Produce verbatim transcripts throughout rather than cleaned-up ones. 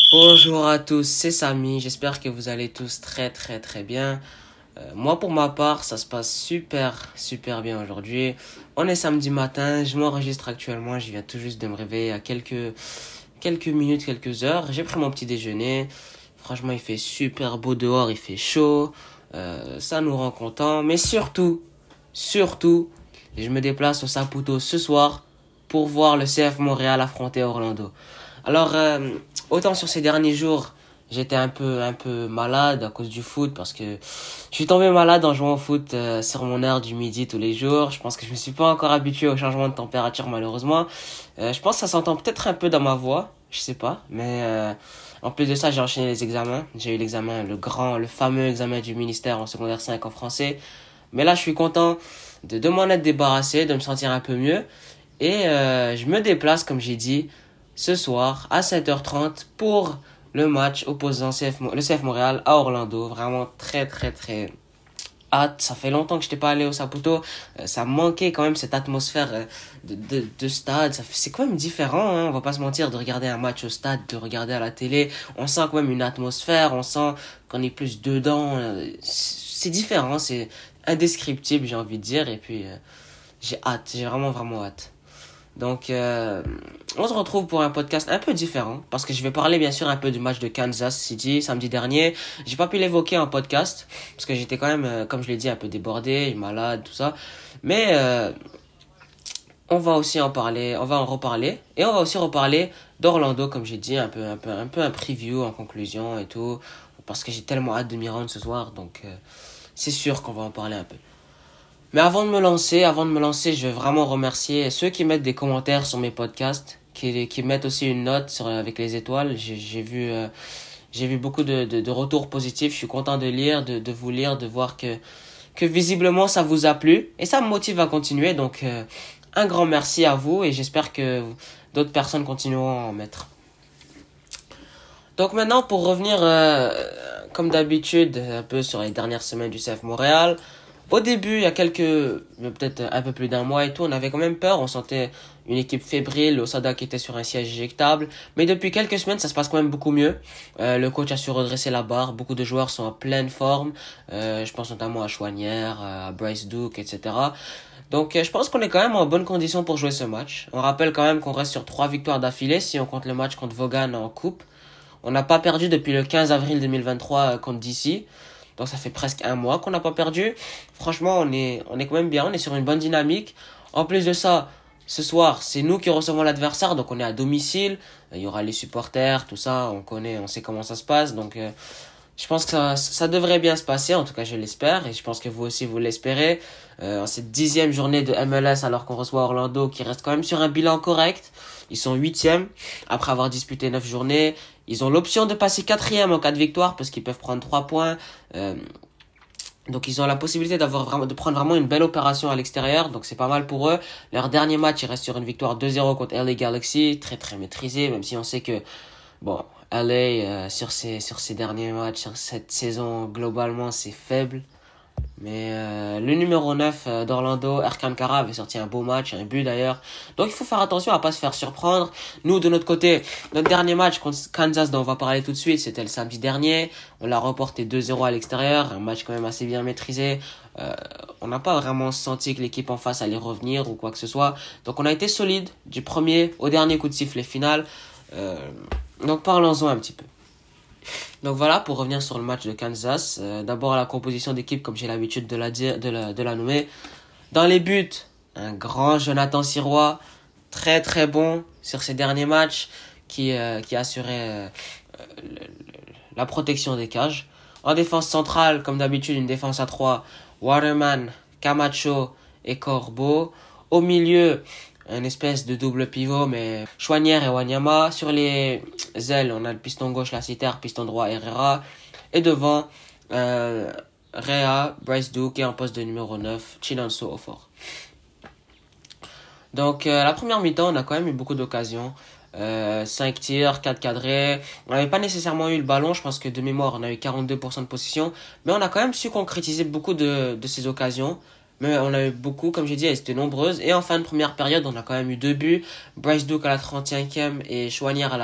Bonjour à tous, c'est Samy, j'espère que vous allez tous très très très bien. Euh, moi pour ma part, ça se passe super super bien aujourd'hui. On est samedi matin, je m'enregistre actuellement, je viens tout juste de me réveiller il y a quelques, quelques minutes, quelques heures. J'ai pris mon petit déjeuner, franchement il fait super beau dehors, il fait chaud, euh, ça nous rend contents. Mais surtout, surtout, je me déplace au Saputo ce soir pour voir le C F Montréal affronter Orlando. Alors, euh, autant sur ces derniers jours, j'étais un peu, un peu malade à cause du foot parce que je suis tombé malade en jouant au foot euh, sur mon heure du midi tous les jours. Je pense que je me suis pas encore habitué au changement de température malheureusement. Euh, je pense que ça s'entend peut-être un peu dans ma voix, je sais pas. Mais euh, en plus de ça, j'ai enchaîné les examens. J'ai eu l'examen, le grand, le fameux examen du ministère en secondaire cinq en français. Mais là, je suis content de, de m'en être débarrassé, de me sentir un peu mieux. Et euh, je me déplace, comme j'ai dit, ce soir à sept heures trente pour le match opposant C F, le C F Montréal à Orlando. Vraiment très très très hâte. Ça fait longtemps que je n'étais pas allé au Saputo. Euh, ça manquait quand même cette atmosphère euh, de, de, de stade. Ça fait, c'est quand même différent, hein, on va pas se mentir, de regarder un match au stade, de regarder à la télé. On sent quand même une atmosphère, on sent qu'on est plus dedans. Euh, c'est différent, c'est indescriptible, j'ai envie de dire. Et puis, euh, j'ai hâte, j'ai vraiment vraiment hâte. Donc, euh, on se retrouve pour un podcast un peu différent parce que je vais parler bien sûr un peu du match de Kansas City samedi dernier. J'ai pas pu l'évoquer en podcast parce que j'étais quand même, euh, comme je l'ai dit, un peu débordé, malade, tout ça. Mais euh, on va aussi en parler, on va en reparler et on va aussi reparler d'Orlando, comme j'ai dit, un peu, un peu, un peu un preview en conclusion et tout parce que j'ai tellement hâte de m'y rendre ce soir. Donc, euh, c'est sûr qu'on va en parler un peu. Mais avant de me lancer, avant de me lancer, je veux vraiment remercier ceux qui mettent des commentaires sur mes podcasts, qui, qui mettent aussi une note sur, avec les étoiles. J'ai, j'ai vu, euh, j'ai vu beaucoup de, de, de retours positifs. Je suis content de lire, de, de vous lire, de voir que, que visiblement ça vous a plu. Et ça me motive à continuer. Donc, euh, un grand merci à vous et j'espère que d'autres personnes continueront à en mettre. Donc maintenant, pour revenir, euh, comme d'habitude, un peu sur les dernières semaines du C F Montréal. Au début, il y a quelques, peut-être un peu plus d'un mois et tout, on avait quand même peur. On sentait une équipe fébrile, Osada qui était sur un siège éjectable. Mais depuis quelques semaines, ça se passe quand même beaucoup mieux. Euh, le coach a su redresser la barre. Beaucoup de joueurs sont en pleine forme. Euh, je pense notamment à Chouanière, à Bryce Duke, et cetera. Donc, euh, je pense qu'on est quand même en bonne condition pour jouer ce match. On rappelle quand même qu'on reste sur trois victoires d'affilée si on compte le match contre Vaughan en coupe. On n'a pas perdu depuis le quinze avril deux mille vingt-trois contre D C. Donc ça fait presque un mois qu'on n'a pas perdu. Franchement, on est, on est quand même bien, on est sur une bonne dynamique. En plus de ça, ce soir, c'est nous qui recevons l'adversaire, donc on est à domicile. Il y aura les supporters, tout ça, on connaît, on sait comment ça se passe. Donc euh, je pense que ça, ça devrait bien se passer, en tout cas je l'espère. Et je pense que vous aussi vous l'espérez. Euh, en cette dixième journée de M L S, alors qu'on reçoit Orlando, qui reste quand même sur un bilan correct. Ils sont huitièmes, après avoir disputé neuf journées. Ils ont l'option de passer quatrième en cas de victoire, parce qu'ils peuvent prendre trois points. Euh, donc ils ont la possibilité d'avoir vraiment, de prendre vraiment une belle opération à l'extérieur, donc c'est pas mal pour eux. Leur dernier match, ils restent sur une victoire deux zéro contre L A Galaxy, très très maîtrisé, même si on sait que, bon, L A, euh, sur ses, sur ses derniers matchs, sur cette saison, globalement, c'est faible. Mais euh, le numéro neuf euh, d'Orlando, Erkan Kara, avait sorti un beau match, un but d'ailleurs. Donc il faut faire attention à pas se faire surprendre. Nous, de notre côté, notre dernier match contre Kansas, dont on va parler tout de suite, c'était le samedi dernier. On l'a remporté deux zéro à l'extérieur, un match quand même assez bien maîtrisé. Euh, on n'a pas vraiment senti que l'équipe en face allait revenir ou quoi que ce soit. Donc on a été solide du premier au dernier coup de sifflet final. Euh, donc parlons-en un petit peu. Donc voilà, pour revenir sur le match de Kansas, euh, d'abord la composition d'équipe, comme j'ai l'habitude de la dire, de la, de la nommer. Dans les buts, un grand Jonathan Sirois, très très bon sur ses derniers matchs, qui, euh, qui assurait euh, le, le, la protection des cages. En défense centrale, comme d'habitude, une défense à trois, Waterman, Camacho et Corbeau. Au milieu, une espèce de double pivot, mais Chouanière et Wanyama. Sur les ailes, on a le piston gauche Lassiter, piston droit Herrera. Et devant, euh, Rea, Bryce Duke et en poste de numéro neuf, Chinonso Ofor. Donc euh, la première mi-temps, on a quand même eu beaucoup d'occasions. Euh, cinq tirs, quatre cadrés. On n'avait pas nécessairement eu le ballon, je pense que de mémoire, on a eu quarante-deux pour cent de possession. Mais on a quand même su concrétiser beaucoup de, de ces occasions. Mais on a eu beaucoup, comme j'ai dit, elles étaient nombreuses. Et en fin de première période, on a quand même eu deux buts. Bryce Duke à la trente-cinquième et Chouanière à la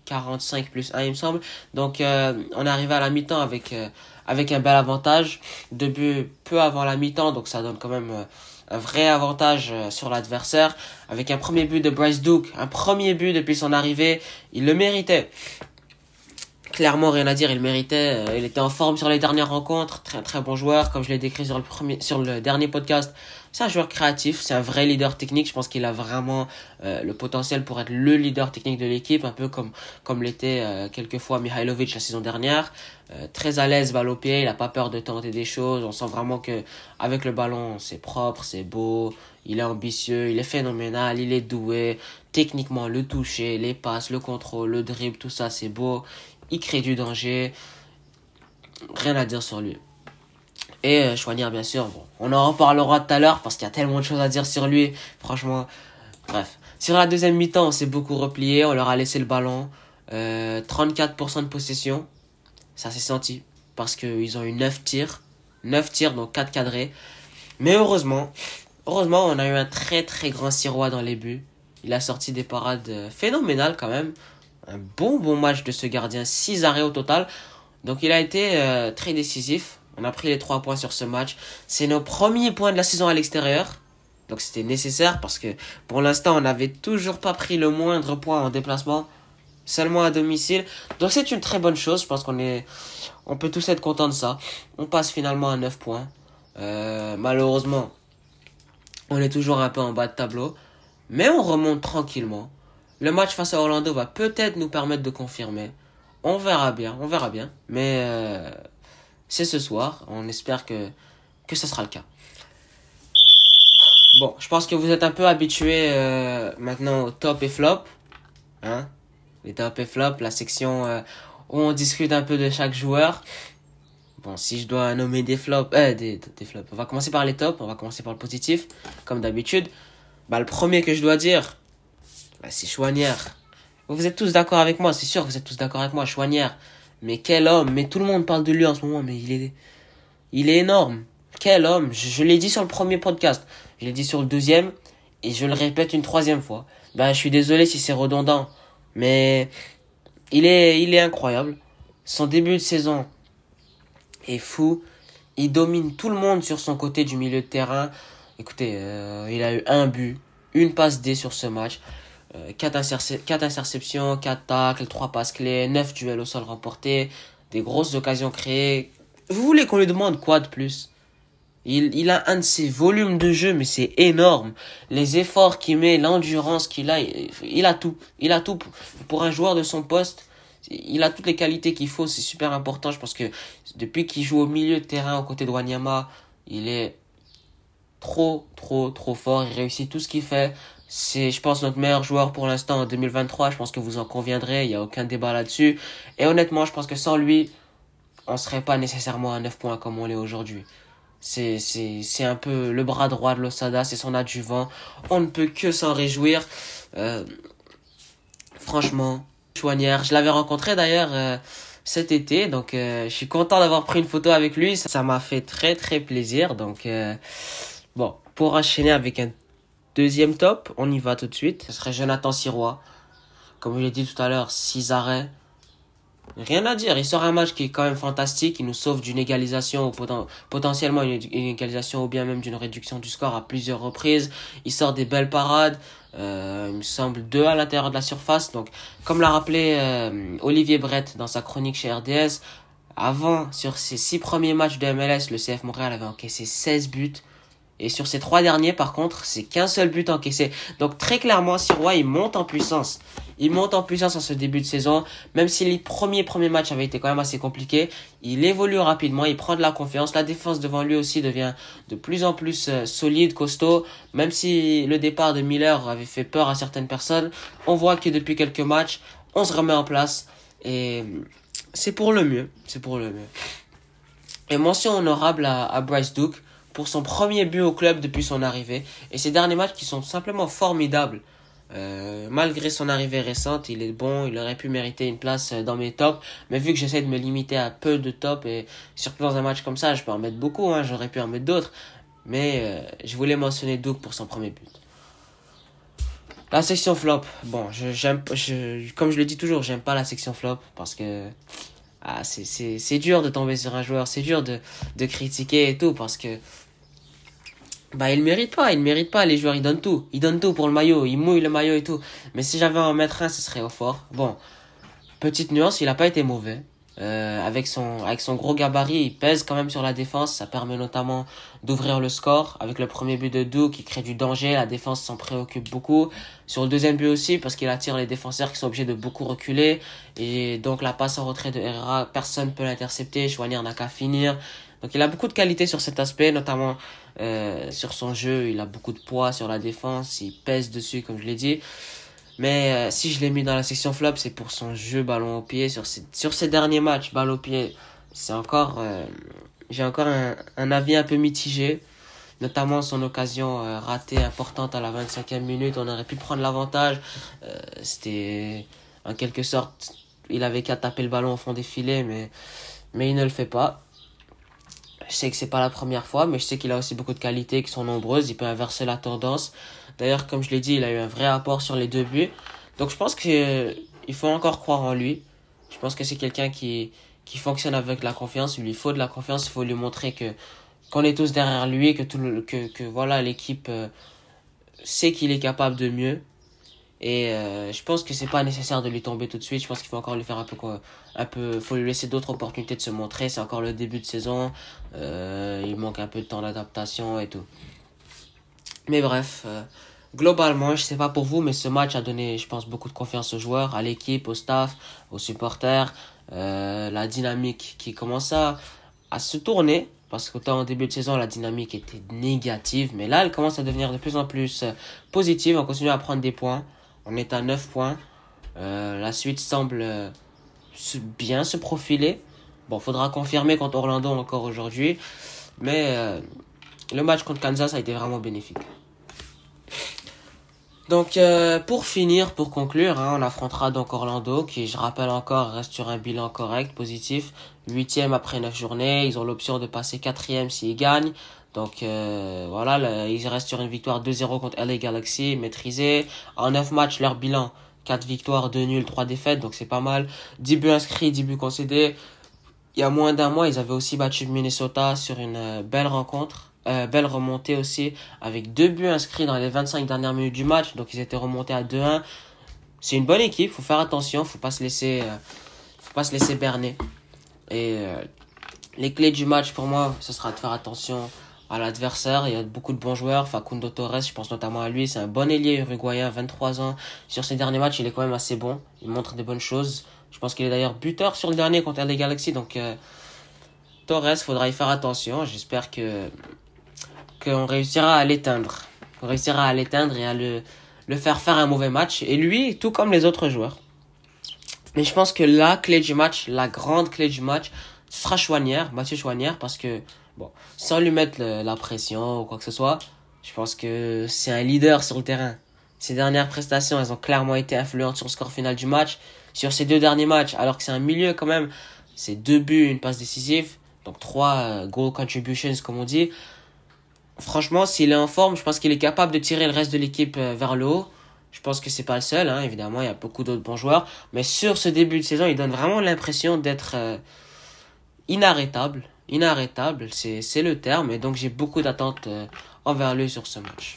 quarante-cinq plus un, il me semble. Donc, euh, on est arrivé à la mi-temps avec, euh, avec un bel avantage. Deux buts peu avant la mi-temps, donc ça donne quand même euh, un vrai avantage euh, sur l'adversaire. Avec un premier but de Bryce Duke, un premier but depuis son arrivée, il le méritait. Clairement, rien à dire, il méritait. Euh, il était en forme sur les dernières rencontres. Très, très bon joueur. Comme je l'ai décrit sur le premier, sur le dernier podcast. C'est un joueur créatif. C'est un vrai leader technique. Je pense qu'il a vraiment euh, le potentiel pour être le leader technique de l'équipe. Un peu comme, comme l'était euh, quelquefois Mihailovic la saison dernière. Euh, très à l'aise, balle au pied. Il a pas peur de tenter des choses. On sent vraiment que avec le ballon, c'est propre, c'est beau. Il est ambitieux, il est phénoménal, il est doué. Techniquement, le toucher, les passes, le contrôle, le dribble, tout ça, c'est beau. Il crée du danger. Rien à dire sur lui. Et euh, Chouanière, bien sûr. Bon, on en reparlera tout à l'heure parce qu'il y a tellement de choses à dire sur lui. Franchement, bref. Sur la deuxième mi-temps, on s'est beaucoup replié. On leur a laissé le ballon. Euh, trente-quatre pour cent de possession. Ça s'est senti. Parce qu'ils ont eu neuf tirs. neuf tirs, donc quatre cadrés. Mais heureusement, heureusement, on a eu un très très grand Sirois dans les buts. Il a sorti des parades phénoménales quand même. Un bon bon match de ce gardien, six arrêts au total. Donc il a été euh, très décisif. On a pris les trois points sur ce match. C'est nos premiers points de la saison à l'extérieur. Donc c'était nécessaire parce que pour l'instant on n'avait toujours pas pris le moindre point en déplacement. Seulement à domicile. Donc c'est une très bonne chose. Je pense qu'on est, on peut tous être contents de ça. On passe finalement à neuf points. Euh, malheureusement, on est toujours un peu en bas de tableau. Mais on remonte tranquillement. Le match face à Orlando va peut-être nous permettre de confirmer. On verra bien, on verra bien. Mais euh, c'est ce soir. On espère que, que ce sera le cas. Bon, je pense que vous êtes un peu habitués euh, maintenant au top et flop. Hein? Les top et flop, la section euh, où on discute un peu de chaque joueur. Bon, si je dois nommer des flops, euh, des, des flops. On va commencer par les tops, on va commencer par le positif, comme d'habitude. Bah, le premier que je dois dire, bah, c'est Chouanière. Vous êtes tous d'accord avec moi, c'est sûr que vous êtes tous d'accord avec moi, Chouanière. Mais quel homme, mais tout le monde parle de lui en ce moment, mais il est, il est énorme. Quel homme, je, je l'ai dit sur le premier podcast, je l'ai dit sur le deuxième, et je le répète une troisième fois. Bah, je suis désolé si c'est redondant, mais il est, il est incroyable. Son début de saison est fou. Il domine tout le monde sur son côté du milieu de terrain. Écoutez, euh, il a eu un but, une passe D sur ce match. Euh, quatre interceptions, quatre tacles, trois passes clés, neuf duels au sol remportés, des grosses occasions créées. Vous voulez qu'on lui demande quoi de plus? Il, il a un de ses volumes de jeu, mais c'est énorme. Les efforts qu'il met, l'endurance qu'il a, il, il a tout. Il a tout. Pour, pour un joueur de son poste, il a toutes les qualités qu'il faut. C'est super important. Je pense que depuis qu'il joue au milieu de terrain aux côtés de Wanyama, il est trop, trop, trop fort. Il réussit tout ce qu'il fait. C'est, je pense, notre meilleur joueur pour l'instant en deux mille vingt-trois. Je pense que vous en conviendrez. Il n'y a aucun débat là-dessus. Et honnêtement, je pense que sans lui, on serait pas nécessairement à neuf points comme on l'est aujourd'hui. C'est, c'est, c'est un peu le bras droit de Losada, c'est son adjuvant. On ne peut que s'en réjouir. Euh, franchement, Chouanière, je l'avais rencontré d'ailleurs euh, cet été, donc euh, je suis content d'avoir pris une photo avec lui. Ça, ça m'a fait très très plaisir. Donc euh, bon, pour enchaîner avec un deuxième top, on y va tout de suite. Ce serait Jonathan Sirois. Comme je l'ai dit tout à l'heure, six arrêts. Rien à dire, il sort un match qui est quand même fantastique, il nous sauve d'une égalisation ou poten- potentiellement une, une égalisation ou bien même d'une réduction du score à plusieurs reprises. Il sort des belles parades, euh, il me semble deux à l'intérieur de la surface. Donc, comme l'a rappelé euh, Olivier Brett dans sa chronique chez R D S, avant, sur ses six premiers matchs de M L S, le C F Montréal avait encaissé seize buts. Et sur ces trois derniers, par contre, c'est qu'un seul but encaissé. Donc très clairement, Sirois, il monte en puissance. Il monte en puissance en ce début de saison. Même si les premiers premiers matchs avaient été quand même assez compliqués, il évolue rapidement, il prend de la confiance. La défense devant lui aussi devient de plus en plus euh, solide, costaud. Même si le départ de Miller avait fait peur à certaines personnes, on voit que depuis quelques matchs, on se remet en place. Et c'est pour le mieux. C'est pour le mieux. Et mention honorable à, à Bryce Duke pour son premier but au club depuis son arrivée. Et ces derniers matchs qui sont simplement formidables. Euh, malgré son arrivée récente, il est bon, il aurait pu mériter une place dans mes tops. Mais vu que j'essaie de me limiter à peu de tops, et surtout dans un match comme ça, je peux en mettre beaucoup, hein, j'aurais pu en mettre d'autres. Mais euh, je voulais mentionner Duke pour son premier but. La section flop. Bon, je, j'aime, je, comme je le dis toujours, j'aime pas la section flop parce que ah, c'est, c'est, c'est dur de tomber sur un joueur, c'est dur de, de critiquer et tout parce que bah il mérite pas, il mérite pas. Les joueurs ils donnent tout, ils donnent tout pour le maillot, ils mouillent le maillot et tout. Mais si j'avais à en mettre un, ce serait au fort. Bon, petite nuance, il a pas été mauvais. Euh, avec son avec son gros gabarit, il pèse quand même sur la défense. Ça permet notamment d'ouvrir le score. Avec le premier but de Dou qui crée du danger, la défense s'en préoccupe beaucoup. Sur le deuxième but aussi, parce qu'il attire les défenseurs qui sont obligés de beaucoup reculer. Et donc la passe en retrait de Herrera, personne peut l'intercepter. Chouanier n'a qu'à finir. Donc il a beaucoup de qualités sur cet aspect, notamment euh, sur son jeu. Il a beaucoup de poids sur la défense, il pèse dessus comme je l'ai dit. Mais euh, si je l'ai mis dans la section flop, c'est pour son jeu ballon au pied. Sur ses, sur ses derniers matchs, balle au pied, c'est encore, euh, j'ai encore un, un avis un peu mitigé. Notamment son occasion euh, ratée importante à la vingt-cinquième minute. On aurait pu prendre l'avantage. Euh, c'était en quelque sorte, il avait qu'à taper le ballon au fond des filets, mais, mais il ne le fait pas. Je sais que c'est pas la première fois, mais je sais qu'il a aussi beaucoup de qualités qui sont nombreuses. Il peut inverser la tendance. D'ailleurs, comme je l'ai dit, il a eu un vrai apport sur les deux buts. Donc je pense que il faut encore croire en lui. Je pense que c'est quelqu'un qui qui fonctionne avec la confiance. Il lui faut de la confiance. Il faut lui montrer que qu'on est tous derrière lui, que tout le, que que voilà l'équipe euh, sait qu'il est capable de mieux. Et euh, je pense que c'est pas nécessaire de lui tomber tout de suite. Je pense qu'il faut encore lui faire un peu quoi, un peu, faut lui laisser d'autres opportunités de se montrer. C'est encore le début de saison. Euh, il manque un peu de temps d'adaptation et tout. Mais bref, euh, globalement, je sais pas pour vous, mais ce match a donné, je pense, beaucoup de confiance aux joueurs, à l'équipe, au staff, aux supporters. Euh, la dynamique qui commence à, à se tourner. Parce qu'autant en début de saison, la dynamique était négative. Mais là, elle commence à devenir de plus en plus euh, positive. On continue à prendre des points. On est à neuf points. Euh, la suite semble euh, se- bien se profiler. Bon, faudra confirmer contre Orlando encore aujourd'hui. Mais euh, le match contre Kansas a été vraiment bénéfique. Donc euh, pour finir, pour conclure, hein, on affrontera donc Orlando qui, je rappelle encore, reste sur un bilan correct, positif. Huitième après neuf journées, ils ont l'option de passer quatrième s'ils gagnent. Donc euh, voilà, le- ils restent sur une victoire deux zéro contre L A Galaxy, maîtrisée. En neuf matchs, leur bilan, quatre victoires, deux nuls, trois défaites, donc c'est pas mal. dix buts inscrits, dix buts concédés. Il y a moins d'un mois, ils avaient aussi battu Minnesota sur une euh, belle rencontre. Euh, belle remontée aussi, avec deux buts inscrits dans les vingt-cinq dernières minutes du match. Donc ils étaient remontés à deux un. C'est une bonne équipe, faut faire attention, faut pas se laisser, euh, faut pas se laisser berner. Et euh, les clés du match pour moi, ce sera de faire attention à l'adversaire. Il y a beaucoup de bons joueurs. Facundo Torres, je pense notamment à lui. C'est un bon ailier uruguayen, vingt-trois ans. Sur ses derniers matchs, il est quand même assez bon. Il montre des bonnes choses. Je pense qu'il est d'ailleurs buteur sur le dernier contre L A Galaxy. Donc euh, Torres, faudra y faire attention. J'espère que qu'on réussira à l'éteindre. Qu'on réussira à l'éteindre et à le, le faire faire un mauvais match. Et lui, tout comme les autres joueurs. Mais je pense que la clé du match, la grande clé du match, ce sera Chouanier, Mathieu Chouanier, parce que, bon, sans lui mettre le- la pression ou quoi que ce soit, je pense que c'est un leader sur le terrain. Ses dernières prestations, elles ont clairement été influentes sur le score final du match. Sur ces deux derniers matchs, alors que c'est un milieu quand même, c'est deux buts, une passe décisive, donc trois euh, goal contributions comme on dit. Franchement, s'il est en forme, je pense qu'il est capable de tirer le reste de l'équipe euh, vers le haut. Je pense que c'est pas le seul, hein, évidemment, il y a beaucoup d'autres bons joueurs. Mais sur ce début de saison, il donne vraiment l'impression d'être euh, inarrêtable. Inarrêtable, c'est, c'est le terme. Et donc j'ai beaucoup d'attentes euh, envers lui sur ce match.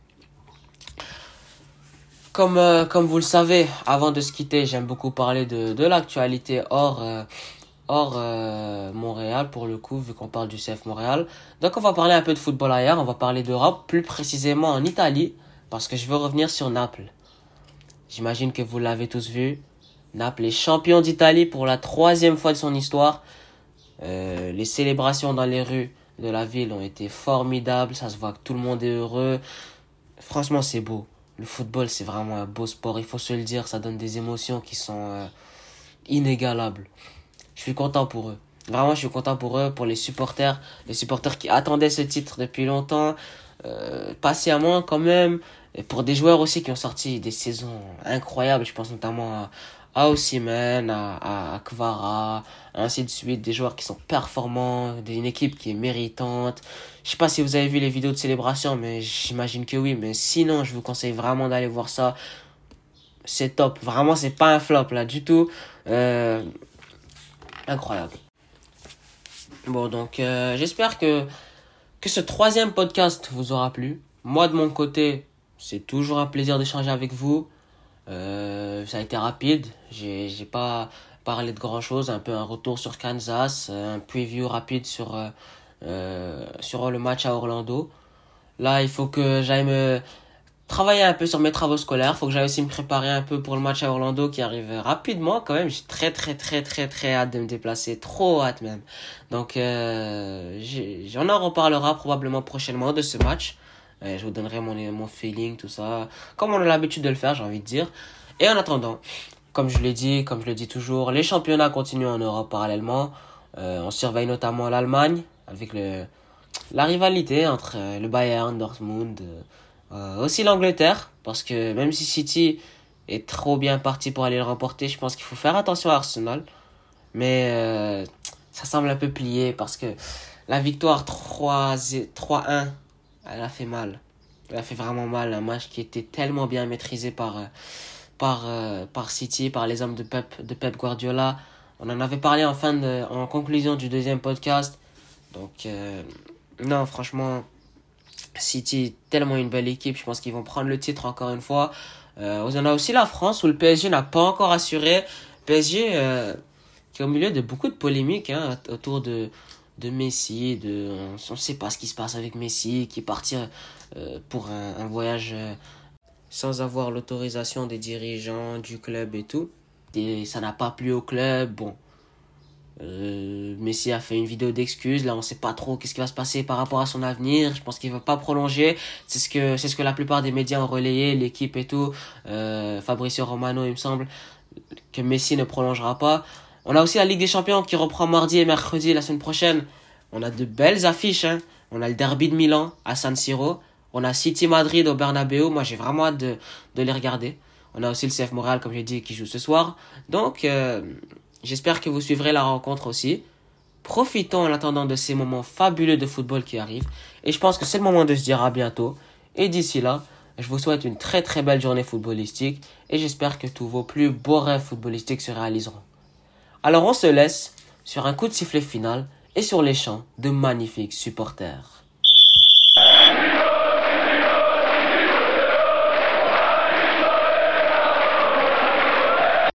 Comme, euh, comme vous le savez, avant de se quitter, j'aime beaucoup parler de, de l'actualité hors, euh, hors euh, Montréal, pour le coup, vu qu'on parle du C F Montréal. Donc on va parler un peu de football ailleurs, on va parler d'Europe, plus précisément en Italie, parce que je veux revenir sur Naples. J'imagine que vous l'avez tous vu. Naples est champion d'Italie pour la troisième fois de son histoire. Euh, les célébrations dans les rues de la ville ont été formidables, ça se voit que tout le monde est heureux. Franchement, c'est beau. Le football, c'est vraiment un beau sport, il faut se le dire, ça donne des émotions qui sont euh, inégalables. Je suis content pour eux. Vraiment, je suis content pour eux, pour les supporters, les supporters qui attendaient ce titre depuis longtemps, euh, patiemment quand même, et pour des joueurs aussi qui ont sorti des saisons incroyables. Je pense notamment à, à Osimhen, à, à, à Kvara, ainsi de suite, des joueurs qui sont performants, une équipe qui est méritante. Je sais pas si vous avez vu les vidéos de célébration, mais j'imagine que oui, mais sinon, je vous conseille vraiment d'aller voir ça. C'est top, vraiment, c'est pas un flop là du tout. Euh, incroyable. Bon, donc euh, j'espère que, que ce troisième podcast vous aura plu. Moi, de mon côté, c'est toujours un plaisir d'échanger avec vous. Euh, ça a été rapide. J'ai, j'ai pas parlé de grand chose. Un peu un retour sur Kansas, un preview rapide sur, euh, euh, sur le match à Orlando. Là, il faut que j'aille me travailler un peu sur mes travaux scolaires. Il faut que j'aille aussi me préparer un peu pour le match à Orlando qui arrive rapidement quand même. J'ai très très très très très hâte de me déplacer. Trop hâte même. Donc, euh, j'ai, j'en en reparlera probablement prochainement de ce match. Euh, je vous donnerai mon, mon feeling, tout ça. Comme on a l'habitude de le faire, j'ai envie de dire. Et en attendant, comme je l'ai dit, comme je le dis toujours, les championnats continuent en Europe parallèlement. Euh, on surveille notamment l'Allemagne avec le, la rivalité entre euh, le Bayern, Dortmund, euh, euh, aussi l'Angleterre. Parce que même si City est trop bien parti pour aller le remporter, je pense qu'il faut faire attention à Arsenal. Mais euh, ça semble un peu plié parce que la victoire trois un, elle a fait mal. Elle a fait vraiment mal. Un match qui était tellement bien maîtrisé par, euh, par, euh, par City, par les hommes de Pep, de Pep Guardiola. On en avait parlé en, fin de, en conclusion du deuxième podcast. Donc, euh, non, franchement, City, tellement une belle équipe. Je pense qu'ils vont prendre le titre encore une fois. Euh, on a aussi la France où le P S G n'a pas encore assuré. P S G euh, qui est au milieu de beaucoup de polémiques hein, autour de, de Messi. De, on ne sait pas ce qui se passe avec Messi qui est parti euh, pour un, un voyage euh, sans avoir l'autorisation des dirigeants du club et tout. Et ça n'a pas plu au club. Bon. Euh, Messi a fait une vidéo d'excuses. Là, on sait pas trop qu'est-ce qui va se passer par rapport à son avenir. Je pense qu'il va pas prolonger. C'est ce que, c'est ce que la plupart des médias ont relayé, l'équipe et tout. Euh, Fabrizio Romano, il me semble, que Messi ne prolongera pas. On a aussi la Ligue des Champions qui reprend mardi et mercredi la semaine prochaine. On a de belles affiches, hein. On a le derby de Milan à San Siro. On a City Madrid au Bernabeu. Moi, j'ai vraiment hâte de, de les regarder. On a aussi le C F Montréal, comme j'ai dit, qui joue ce soir. Donc, euh, j'espère que vous suivrez la rencontre aussi. Profitons en attendant de ces moments fabuleux de football qui arrivent. Et je pense que c'est le moment de se dire à bientôt. Et d'ici là, je vous souhaite une très très belle journée footballistique. Et j'espère que tous vos plus beaux rêves footballistiques se réaliseront. Alors on se laisse sur un coup de sifflet final et sur les chants de magnifiques supporters.